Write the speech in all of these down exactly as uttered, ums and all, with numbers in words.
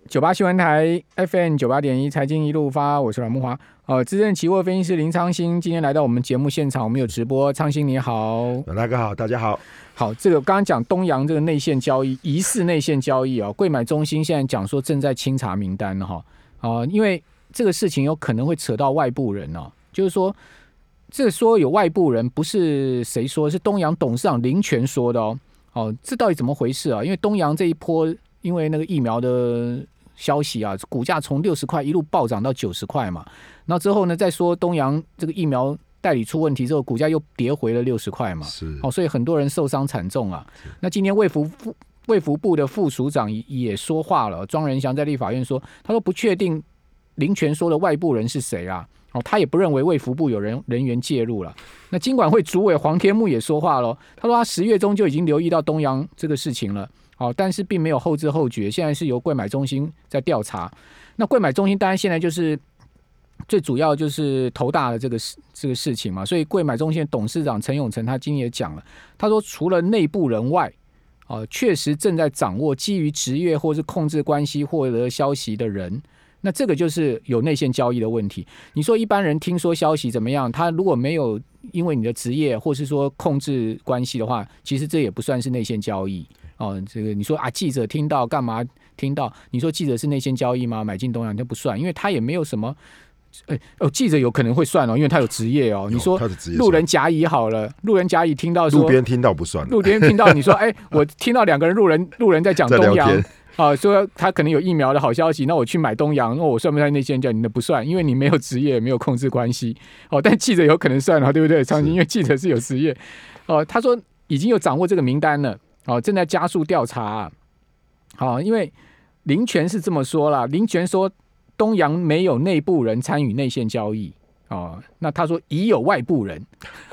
九八新闻台 F M 九八点一财经一路发，我是阮慕骅。呃，资深期货分析师林昌兴今天来到我们节目现场，我们有直播。昌兴你好。 阮大哥好，大家好。 好，这个刚刚讲东洋这个内线交易，疑似内线交易啊、哦，柜买中心现在讲说正在清查名单哈啊、呃，因为这个事情有可能会扯到外部人哦，就是说这个说有外部人不是谁说，是东洋董事长林权说的哦。哦，这到底怎么回事啊？因为东洋这一波，因为那个疫苗的消息啊，股价从六十块一路暴涨到九十块嘛，然后之后呢，再说东洋这个疫苗代理出问题之后，股价又跌回了六十块嘛， 是， 哦，所以很多人受伤惨重啊。那今天卫福卫福部的副署长也说话了，庄仁祥在立法院说，他说不确定林权说的外部人是谁啊。哦，他也不认为卫福部有 人, 人员介入了。那金管会主委黄天牧也说话了，他说他十月中就已经留意到东洋这个事情了，哦，但是并没有后知后觉，现在是由柜买中心在调查。那柜买中心当然现在就是最主要就是头大的这个这个事情嘛，所以柜买中心的董事长陈永成他今天也讲了，他说除了内部人外，哦，确实正在掌握基于职业或是控制关系获得消息的人。那这个就是有内线交易的问题。你说一般人听说消息怎么样，他如果没有因为你的职业或是说控制关系的话，其实这也不算是内线交易哦。这个你说啊，记者听到干嘛听到？你说记者是内线交易吗？买进东洋就不算，因为他也没有什么。哎哦，记者有可能会算哦，因为他有职业哦。你说路人甲乙好了，路人甲乙听到说， 路边听到不算， 路边听到你说，哎，我听到两个人路人路人在讲东洋。啊，说他可能有疫苗的好消息，那我去买东洋，那我算不算内线交易？你的不算，因为你没有职业，没有控制关系。哦，但记者有可能算了，对不对？长期因为记者是有职业。哦，他说已经有掌握这个名单了，哦，正在加速调查。好、哦，因为林权是这么说啦，林权说东洋没有内部人参与内线交易。哦，那他说已有外部人。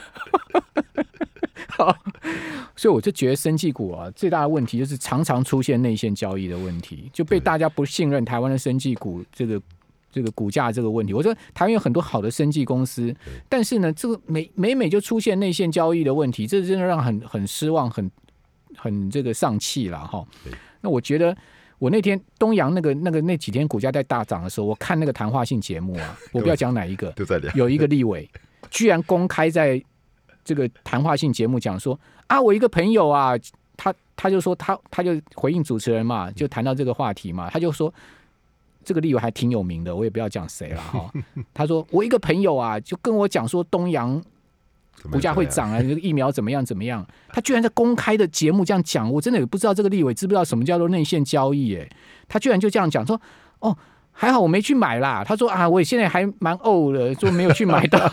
好，所以我就觉得生技股啊，最大的问题就是常常出现内线交易的问题，就被大家不信任台湾的生技股这个这个股价这个问题。我说台湾有很多好的生技公司，但是呢，这个每每每就出现内线交易的问题，这真的让很很失望，很很这个丧气了哈。那我觉得我那天东洋那个那个那几天股价在大涨的时候，我看那个谈话性节目啊，我不要讲哪一个，有一个立委居然公开在这个谈话性节目讲说啊，我一个朋友啊，他他就说他他就回应主持人嘛，就谈到这个话题嘛，他就说这个立委还挺有名的，我也不要讲谁了哈。他说我一个朋友啊，就跟我讲说东洋股价会涨啊，这个疫苗怎么样怎么样，他居然在公开的节目这样讲，我真的也不知道这个立委知不知道什么叫做内线交易耶？他居然就这样讲说哦。还好我没去买啦，他说啊，我现在还蛮怄的，说没有去买到。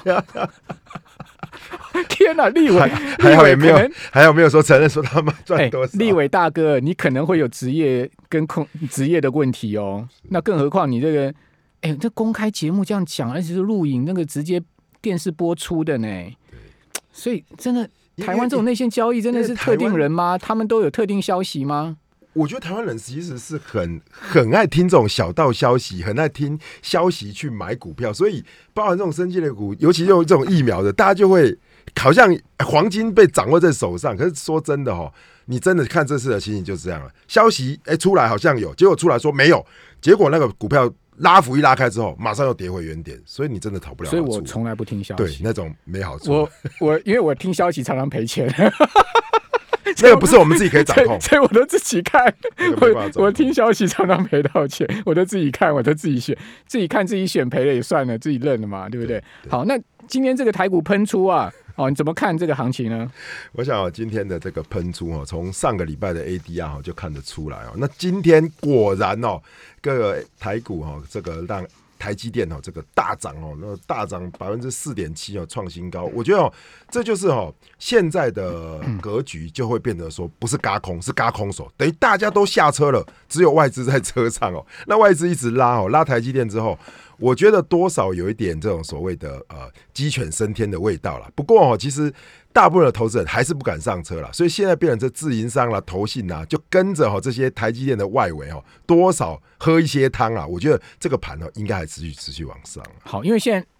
天哪，立委还好也没有，还好没有说承认说他们赚多少。 欸、立委大哥，你可能会有职业跟控职业的问题哦。那更何况你这个，哎、欸，这公开节目这样讲，而且是录影，那个直接电视播出的呢。所以真的，台湾这种内线交易真的是特定人吗？他们都有特定消息吗？ 我觉得台湾人其实是很很爱听这种小道消息，很爱听消息去买股票，所以包含这种生技类股，尤其用这种疫苗的，大家就会好像黄金被掌握在手上。可是说真的哦，你真的看这次的情形就是这样了，消息哎出来好像有，结果出来说没有，结果那个股票拉幅一拉开之后，马上又跌回原点，所以你真的讨不了好处。 所以我从来不听消息， 对那种没好处。 我我因为我听消息常常赔钱。 那个不是我们自己可以掌控， 所以我都自己看。我我听消息常常赔到钱，我都自己看，我都自己选，自己看自己选赔了也算了，自己认了嘛，对不对？对对，好，那今天这个台股喷出啊，哦，你怎么看这个行情呢？ 我想、哦、今天的这个喷出哦，从上个礼拜的 A D R 就看得出来哦。那今天果然哦，各个台股哦，这个让台积电哦，这个大涨哦，那大涨百分之四点七哦，创新高。我觉得哦，这就是哦，现在的格局就会变得说，不是軋空，是軋空手，等于大家都下车了，只有外资在车上哦。那外资一直拉哦，拉台积电之后，我觉得多少有一点这种所谓的呃鸡犬升天的味道啦。不过哦，其实大部分的投资人还是不敢上车啦，所以现在变成这自营商啦、投信啦，就跟着哦这些台积电的外围哦，多少喝一些汤啊。我觉得这个盘哦，应该还持续持续往上。 好，因为现在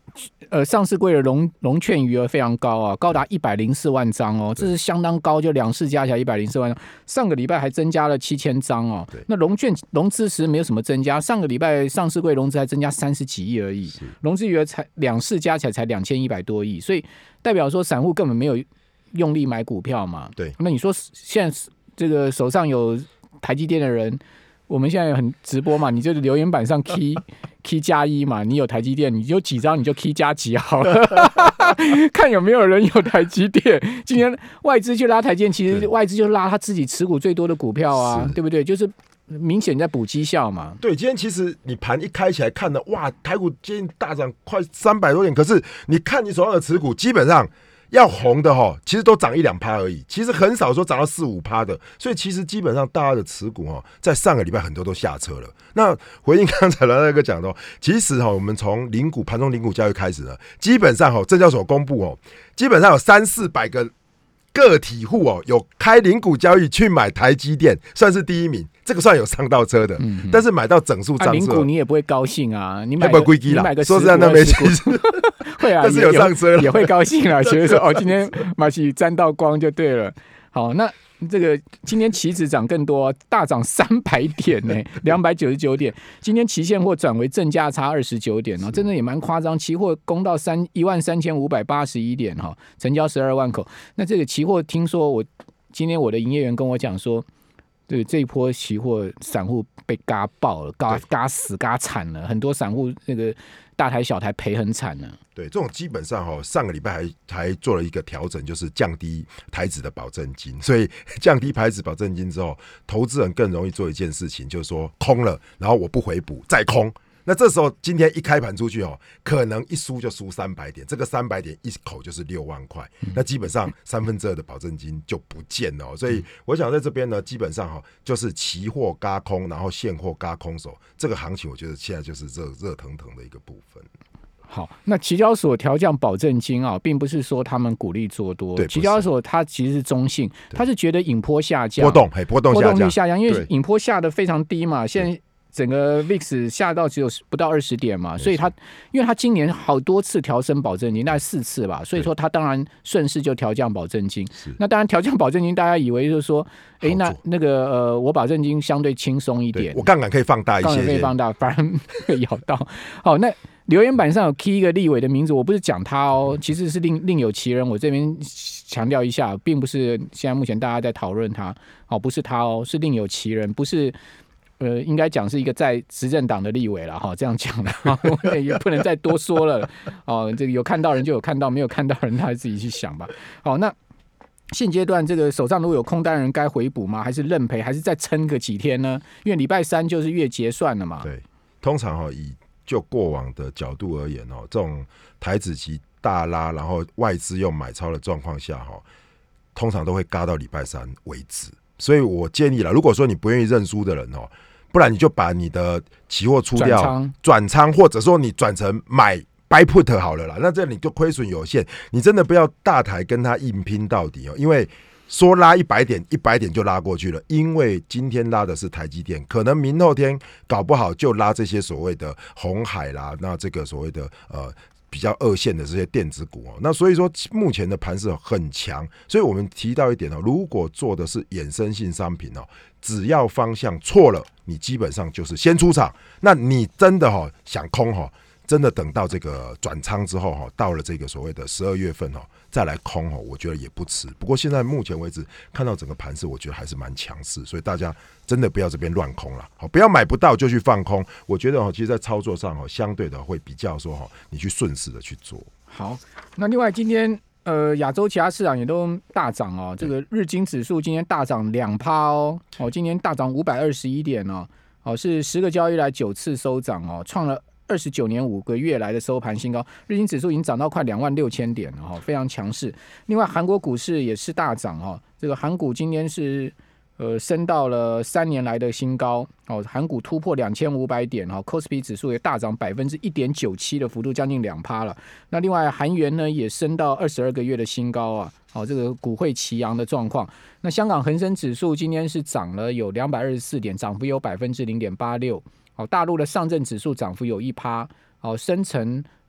呃，上市柜的融融券余额非常高啊，高达一百零四万张哦，这是相当高，就两市加起来一百零四万张。上个礼拜还增加了七千张哦。那融券融资时没有什么增加，上个礼拜上市柜融资还增加三十几亿而已，融资余额才两市加起来才两千一百多亿，所以代表说散户根本没有用力买股票嘛。 对， 那你说现在这个手上有台积电的人，我们现在很直播嘛，你就留言板上 key key 加一嘛，你有台积电，你有几张你就 key 加几好了，看有没有人有台积电。今天外资去拉台积电，其实外资就拉他自己持股最多的股票啊，对不对？就是明显在补绩效嘛。 对，今天其实你盘一开起来看的，哇，台股今天大涨快三百多点，可是你看你手上的持股，基本上要红的齁，其实都涨一两趴而已，其实很少说涨到四五趴的，所以其实基本上大家的持股齁，在上个礼拜很多都下车了。那回应刚才那个讲的，其实齁，我们从零股盘中零股交易开始呢，基本上齁，证交所公布齁，基本上有三四百个个体户哦，有开零股交易去买台积电，算是第一名，这个算有上到车的。嗯、但是买到整数张数， 零股你也不会高兴啊，你买个你买个说实在那没其实会啊， 但是有上车了， 也会高兴啊，觉得说哦，今天马奇沾到光就对了。好，那这个今天期指涨更多，大涨三百点呢、欸，两百九十九点。今天期现货转为正价差二十九点哦，真的也蛮夸张。期货攻到三一万三千五百八十一点哈，成交十二万口。那这个期货，听说我今天我的营业员跟我讲说，对这一波期货散户被嘎爆了，嘎嘎死嘎惨了，很多散户那个大台小台赔很惨了。 对，这种基本上哈、哦，上个礼拜还还做了一个调整，就是降低台指的保证金，所以降低台指保证金之后，投资人更容易做一件事情，就是说空了，然后我不回补再空。那这时候今天一开盘出去哦，可能一输就输三百点，这个三百点一口就是六万块，那基本上三分之二的保证金就不见了、哦。所以我想在这边呢，基本上哈、哦、就是期货軋空，然后现货軋空手，这个行情我觉得现在就是热热腾腾的一个部分。 好，那期交所调降保证金啊，并不是说他们鼓励做多。期交所它其实是中性，它是觉得引波下降， 波动，嘿，波动下降， 波动率下降，因为引波下的非常低嘛，现在。整个 V I X 下到只有不到二十点嘛，所以它因为它今年好多次调升保证金，大概四次吧，所以说它当然顺势就调降保证金。那当然调降保证金，大家以为就是说，哎，那那个呃，我保证金相对轻松一点， 我杠杆可以放大一些， 杠杆可以放大，反而被咬到。好，那留言板上有 key 一个立委的名字，我不是讲他哦，其实是另另有其人，我这边强调一下，并不是现在目前大家在讨论他，哦，不是他哦，是另有其人，不是。呃，应该讲是一个在执政党的立委了哈，这样讲了，也不能再多说了哦。这个有看到人就有看到，没有看到人他自己去想吧。好，那现阶段这个手上如果有空单人该回补吗？还是认赔？还是再撑个几天呢？因为礼拜三就是月结算了嘛。 对，通常哈、哦、以就过往的角度而言哦，这种台指期大拉，然后外资又买超的状况下哈、哦，通常都会嘎到礼拜三为止。所以我建议了，如果说你不愿意认输的人哦。不然你就把你的期货出掉，转仓，或者说你转成买 buy put 好了啦。那这样你就亏损有限，你真的不要大台跟他硬拼到底哦。因为说拉一百点，一百点就拉过去了。因为今天拉的是台积电，可能明后天搞不好就拉这些所谓的鸿海啦，那这个所谓的呃。比较二线的这些电子股哦，那所以说目前的盘势很强，所以我们提到一点哦，如果做的是衍生性商品哦，只要方向错了，你基本上就是先出场。那你真的哈想空哈，真的等到这个转仓之后哈，到了这个所谓的十二月份哈，再来空哈，我觉得也不迟。不过现在目前为止看到整个盘势，我觉得还是蛮强势，所以大家真的不要这边乱空了，好，不要买不到就去放空。我觉得哈，其实在操作上哈，相对的会比较说哈，你去顺势的去做。 好，那另外今天呃亚洲其他市场也都大涨哦，这个日经指数今天大涨两趴哦，哦今天大涨五百二十一点哦，哦是十个交易来九次收涨哦，创了二十九年五个月来的收盘新高，日经指数已经涨到快两万六千点了哈，非常强势。另外，韩国股市也是大涨哈，这个韩股今天是呃升到了三年来的新高哦，韩股突破两千五百点哈 ，C O S P I 指数也大涨百分之一点九七的幅度，将近两趴了。那另外，韩元呢也升到二十二个月的新高啊，哦，这个股汇齐扬的状况。那香港恒生指数今天是涨了有两百二十四点，涨幅有百分之零点八六。哦，大陆的上证指数涨幅有一趴，哦，深成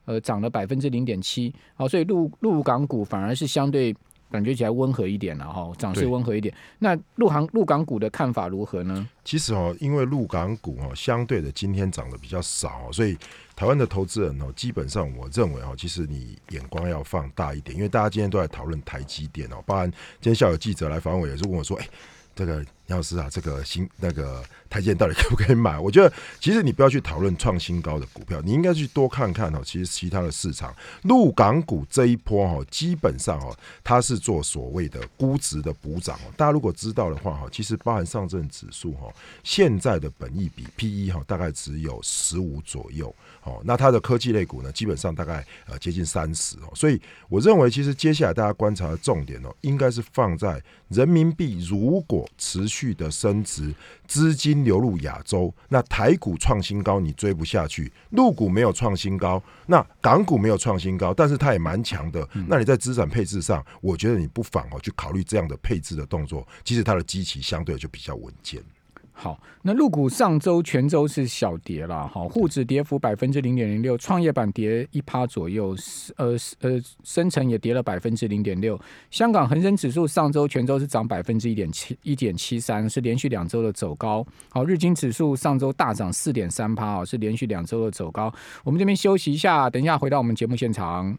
呃涨了百分之零点七，好，所以陆陆港股反而是相对感觉起来温和一点了哈，涨势温和一点。那陆航陆港股的看法如何呢？ 其实哦，因为陆港股哦相对的今天涨得比较少，所以台湾的投资人哦，基本上我认为哦，其实你眼光要放大一点，因为大家今天都在讨论台积电哦，包含今天下午有记者来访问我，也是问我说，哎、欸，这个杨老师啊，这个新那个台积电到底可不可以买？我觉得其实你不要去讨论创新高的股票，你应该去多看看哦，其实其他的市场，陆港股这一波哦，基本上哦，它是做所谓的估值的补涨哦。大家如果知道的话哈，其实包含上证指数哈，现在的本益比 P E 哈大概只有十五左右哦，那它的科技类股呢，基本上大概呃接近三十哦，所以我认为其实接下来大家观察的重点哦，应该是放在人民币如果持续的升值，资金流入亚洲，那台股创新高你追不下去，陆股没有创新高，那港股没有创新高，但是它也蛮强的，那你在资产配置上，我觉得你不妨去考虑这样的配置的动作，其实它的基期相对就比较稳健。 好，那陆股上周全周是小跌啦，好，沪指跌幅百分之零点零六，创业板跌一趴左右，呃呃，深成也跌了百分之零点六。香港恒生指数上周全周是涨百分之一点七一点七三，是连续两周的走高。好，日经指数上周大涨四点三趴，是连续两周的走高。我们这边休息一下，等一下回到我们节目现场。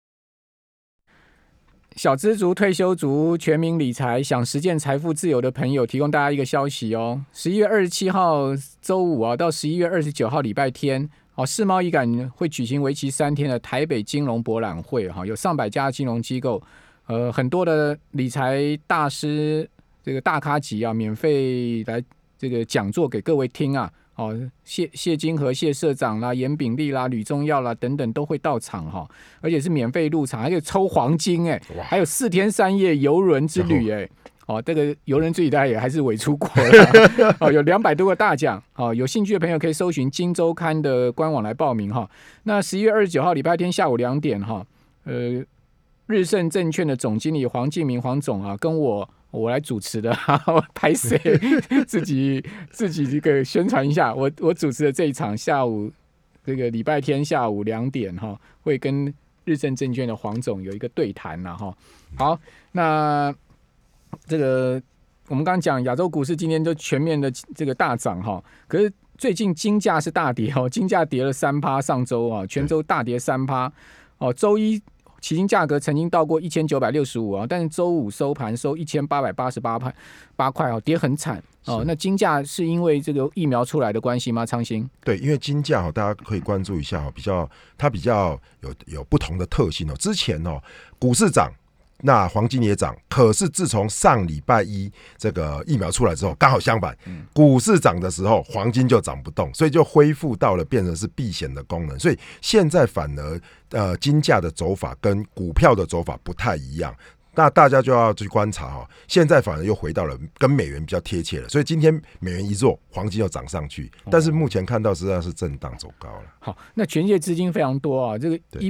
小资族、退休族、全民理财，想实践财富自由的朋友，提供大家一个消息哦。十一月二十七号周五啊，到十一月二十九号礼拜天，哦，世贸一港会举行为期三天的台北金融博览会，哈，有上百家金融机构，呃，很多的理财大师，这个大咖级啊，免费来这个讲座给各位听啊。哦，谢谢金河、谢社长啦、严炳立啦、吕宗耀啦等等都会到场哈，而且是免费入场，还有抽黄金哎，还有四天三夜邮轮之旅哎，哦，这个邮轮之旅大家也还是伪出国了哦，有两百多个大奖哦，有兴趣的朋友可以搜寻《金周刊》的官网来报名哈。那十一月二十九号礼拜天下午两点哈，呃，日盛证券的总经理黄敬明黄总啊，跟我。我来主持的，拍谁自己自己这个宣传一下。我我主持的这一场下午这个礼拜天下午两点哈，会跟日盛证券的黄总有一个对谈了哈。好，那这个我们刚刚讲亚洲股市今天就全面的这个大涨哈，可是最近金价是大跌哦，金价跌了三趴，上周啊全周大跌三趴哦，周一。期金价格曾经到过一千九百六十五啊，但是周五收盘收一千八百八十八块哦，跌很惨哦。那金价是因为这个疫苗出来的关系吗？昌兴？ 对，因为金价大家可以关注一下，比较它比较有有不同的特性哦。之前哦，股市涨。那黄金也涨，可是自从上礼拜一这个疫苗出来之后，刚好相反，股市涨的时候黄金就涨不动，所以就恢复到了变成是避险的功能。所以现在反而呃金价的走法跟股票的走法不太一样，那大家就要去观察哈、哦。现在反而又回到了跟美元比较贴切了，所以今天美元一弱，黄金又涨上去，但是目前看到实际上是震荡走高了。 好，那全世界资金非常多啊，这个 E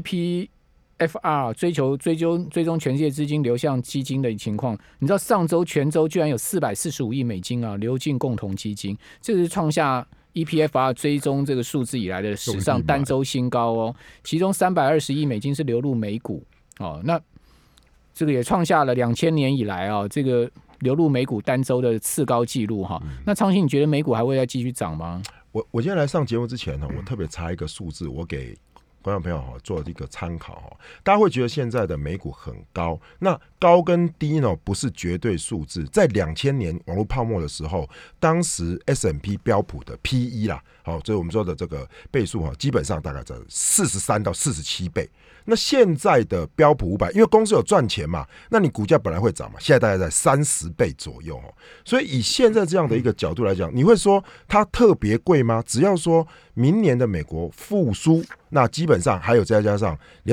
P。F R 追求追究追踪全世界资金流向基金的情况，你知道上周全周居然有四百四十五亿美金啊流进共同基金，这是创下 E P F R 追踪这个数字以来的史上单周新高哦。其中三百二十亿美金是流入美股哦，那这个也创下了两千年以来啊这个流入美股单周的次高纪录哈。那昌兴，你觉得美股还会再继续涨吗？ 我我今天来上节目之前呢，我特别查一个数字，我给观众朋友做一个参考，大家会觉得现在的美股很高，那高跟低呢不是绝对数字。在两千年网络泡沫的时候，当时 S and P 标普的 P E 啦，好，就是我们说的这个倍数基本上大概在四十三到四十七倍。那现在的标普五百，因为公司有赚钱嘛，那你股价本来会涨嘛，现在大概在三十倍左右，所以以现在这样的一个角度来讲，你会说它特别贵吗？只要说明年的美国复苏，那基本上还有再加上联准会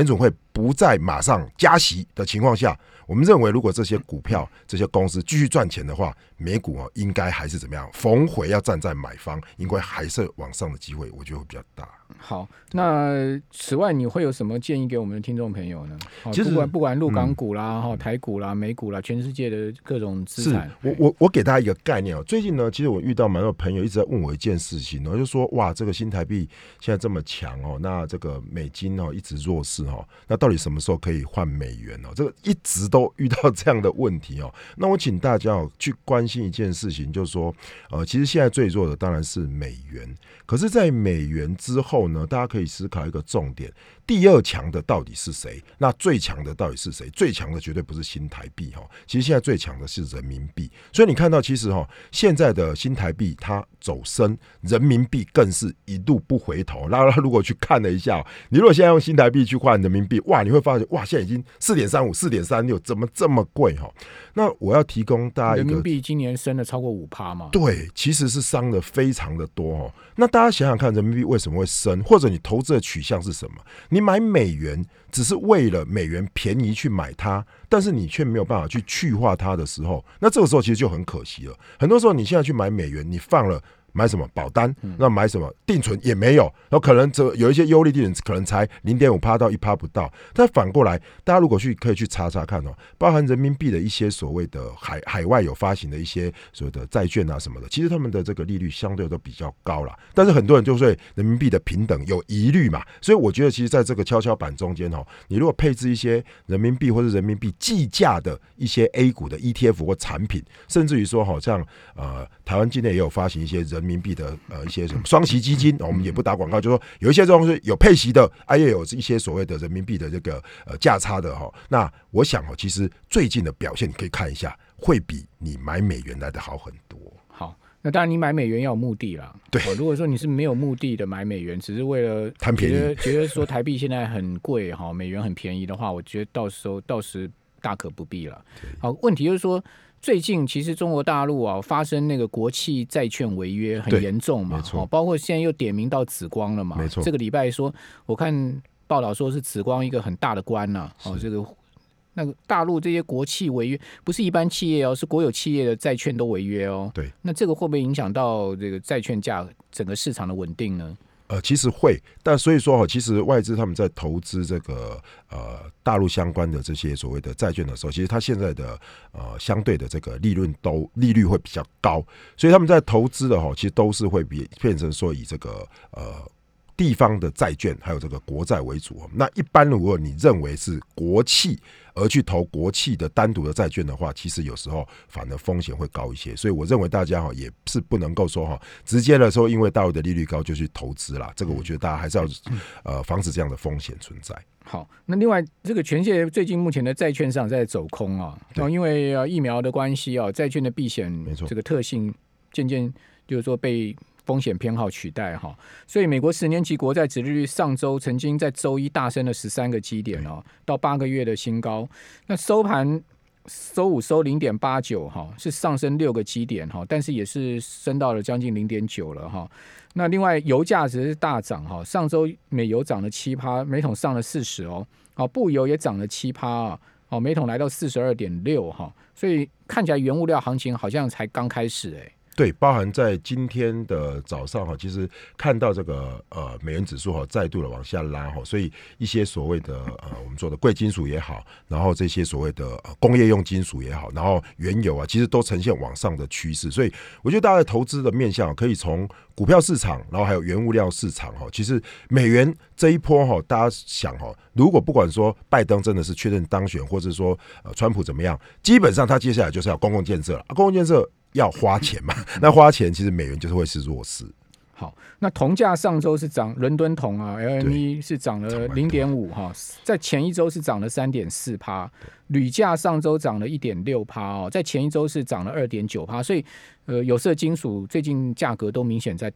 不再马上加息的情况下，我们认为如果这些股票、这些公司继续赚钱的话，美股哦应该还是怎么样？逢回要站在买方，应该还是往上的机会，我觉得会比较大。 好，那此外你会有什么建议给我们的听众朋友呢？ 其实不管不管陆港股啦、嗯、台股啦、美股啦，全世界的各种资产。 我我我给大家一个概念哦。最近呢，其实我遇到蛮多朋友一直在问我一件事情哦，就说哇，这个新台币现在这么强哦，那这个美金哦一直弱势哦，那到底什么时候可以换美元哦？这个一直都遇到这样的问题哦。那我请大家哦去关心一件事情，就是说呃，其实现在最弱的当然是美元，可是，在美元之后呢，大家可以思考一个重点：第二强的到底是谁？那最强的到底是谁？最强的绝对不是新台币哈，其实现在最强的是人民币。所以你看到，其实哈，现在的新台币它走升，人民币更是一路不回头。那如果去看了一下，你如果现在用新台币去换人民币，哇，你会发现哇，现在已经四点三五、四点三六，怎么这么贵哈？那我要提供大家一个， 人民币今年升了超过五趴嘛？ 对，其实是伤的非常的多哦。那大家想想看，人民币为什么会升？或者你投资的取向是什么？你买美元只是为了美元便宜去买它，但是你却没有办法去去化它的时候，那这个时候其实就很可惜了。很多时候你现在去买美元，你放了买什么保单，那买什么定存也没有，然后可能这有一些优利定存可能才 百分之零点五 到 百分之一 不到。但反过来，大家如果去可以去查查看哦，包含人民币的一些所谓的海海外有发行的一些所谓的债券啊什么的，其实他们的这个利率相对都比较高啦。但是很多人就对人民币的平等有疑虑嘛，所以我觉得其实在这个跷跷板中间哦，你如果配置一些人民币或者人民币计价的一些 A 股的 E T F 或产品，甚至于说好像呃台湾境内也有发行一些人人民币的呃一些什么双息基金，我们也不打广告，就说有一些这种是有配息的，啊也有一些所谓的人民币的这个呃价差的哈。那我想哦，其实最近的表现你可以看一下，会比你买美元来的好很多。 好，那当然你买美元要有目的啦。 对、 哦，如果说你是没有目的的买美元，只是为了贪便宜， 觉得觉得说台币现在很贵哈，美元很便宜的话，我觉得到时候到时大可不必了。好，问题就是说。最近其实中国大陆啊发生那个国企债券违约很严重嘛，哦，包括现在又点名到紫光了嘛， 没错。 这个礼拜说，我看报道说是紫光一个很大的官呐、啊，哦，这个那个大陆这些国企违约不是一般企业哦，是国有企业的债券都违约哦。 对， 那这个会不会影响到这个债券价整个市场的稳定呢？ 呃，其实会，但所以说其实外资他们在投资这个呃大陆相关的这些所谓的债券的时候，其实它现在的呃相对的这个利润都利率会比较高，所以他们在投资的其实都是会比变成说以这个呃地方的债券还有这个国债为主。那一般如果你认为是国企而去投国企的单独的债券的话，其实有时候反而风险会高一些，所以我认为大家也是不能够说直接的说因为大陆的利率高就去投资啦，这个我觉得大家还是要呃防止这样的风险存在。 好，那另外这个全世界最近目前的债券市场在走空啊，因为、呃、疫苗的关系啊，债券的避险这个特性渐渐就是说被风险偏好取代哈，所以美国十年期国债殖利率上周曾经在周一大升了十三个基点哦，到八个月的新高。那收盘周五收零点八九哈，是上升六个基点哈，但是也是升到了将近零点九了哈。那另外油价只是大涨哈，上周美油涨了七趴，每桶上了四十哦，好布油也涨了七趴啊，哦每桶来到四十二点六哈，所以看起来原物料行情好像才刚开始哎、欸。 对，包含在今天的早上哈，其实看到这个呃美元指数哈再度的往下拉哈，所以一些所谓的呃我们说的贵金属也好，然后这些所谓的、呃、工业用金属也好，然后原油啊，其实都呈现往上的趋势。所以我觉得大家的投资的面向可以从股票市场，然后还有原物料市场哈。其实美元这一波哈，大家想哈，如果不管说拜登真的是确认当选，或者说呃川普怎么样，基本上他接下来就是要公共建设了，啊、公共建设。要花钱嘛？那花钱其实美元就是会是弱势。 好，那铜价上周是涨，伦敦铜啊 ，L M E 是涨了零点五哈，在前一周是涨了三点四趴，铝价上周涨了一点六趴哦，在前一周是涨了二点九趴，所以呃有色金属最近价格都明显在动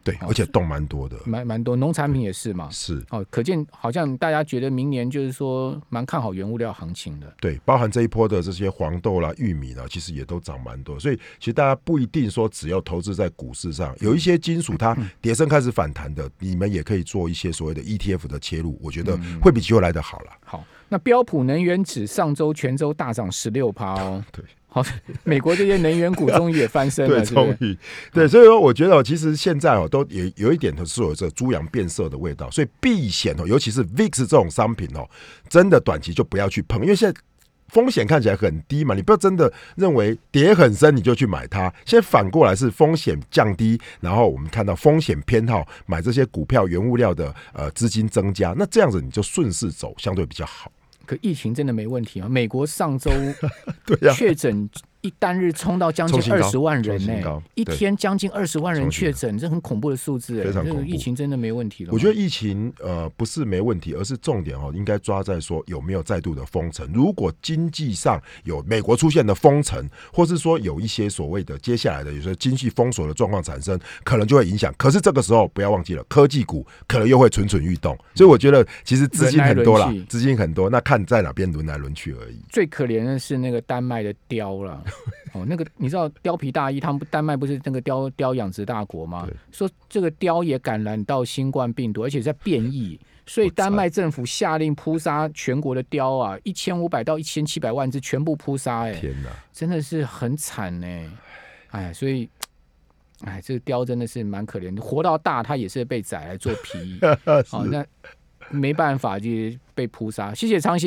对，而且动蛮多的， 蛮蛮多，农产品也是嘛。 是哦，可见好像大家觉得明年就是说蛮看好原物料行情的。 对，包含这一波的这些黄豆啦、玉米啦，其实也都涨蛮多。所以其实大家不一定说只要投资在股市上，有一些金属它跌升开始反弹的，你们也可以做一些所谓的 E T F 的切入，我觉得会比机会来得好啦。 好，那标普能源指上周全周大涨十六趴哦。 对。 好，美国这些能源股终于也翻身了， 对，终于对，所以说我觉得其实现在哦，都也有一点是有这猪羊变色的味道，所以避险哦，尤其是 V I X 这种商品哦，真的短期就不要去碰，因为现在风险看起来很低嘛，你不要真的认为跌很深你就去买它。现在反过来是风险降低，然后我们看到风险偏好买这些股票原物料的呃资金增加，那这样子你就顺势走，相对比较好。 可疫情真的没问题啊！美国上周对啊， 确诊一单日冲到将近二十万人呢、欸，一天将近二十万人确诊，这很恐怖的数字、欸。 非常恐怖， 疫情真的没问题了。 我觉得疫情呃不是没问题，而是重点哦，应该抓在说有没有再度的封城。如果经济上有美国出现的封城，或是说有一些所谓的接下来的有些经济封锁的状况产生，可能就会影响。可是这个时候不要忘记了，科技股可能又会蠢蠢欲动。所以我觉得其实资金很多啦，资金很多，那看在哪边轮来轮去而已。 最可怜的是那个丹麦的貂啦。哦，那个你知道貂皮大衣，他们丹麦不是那个貂貂养殖大国吗？说这个貂也感染到新冠病毒，而且在变异，所以丹麦政府下令扑杀全国的貂啊，一千五百到一千七百万只全部扑杀，哎， 天哪， 真的是很惨哎，哎，所以，哎，这个貂真的是蛮可怜的，活到大它也是被宰来做皮衣，好、哦，那没办法就被扑杀。谢谢昌兴。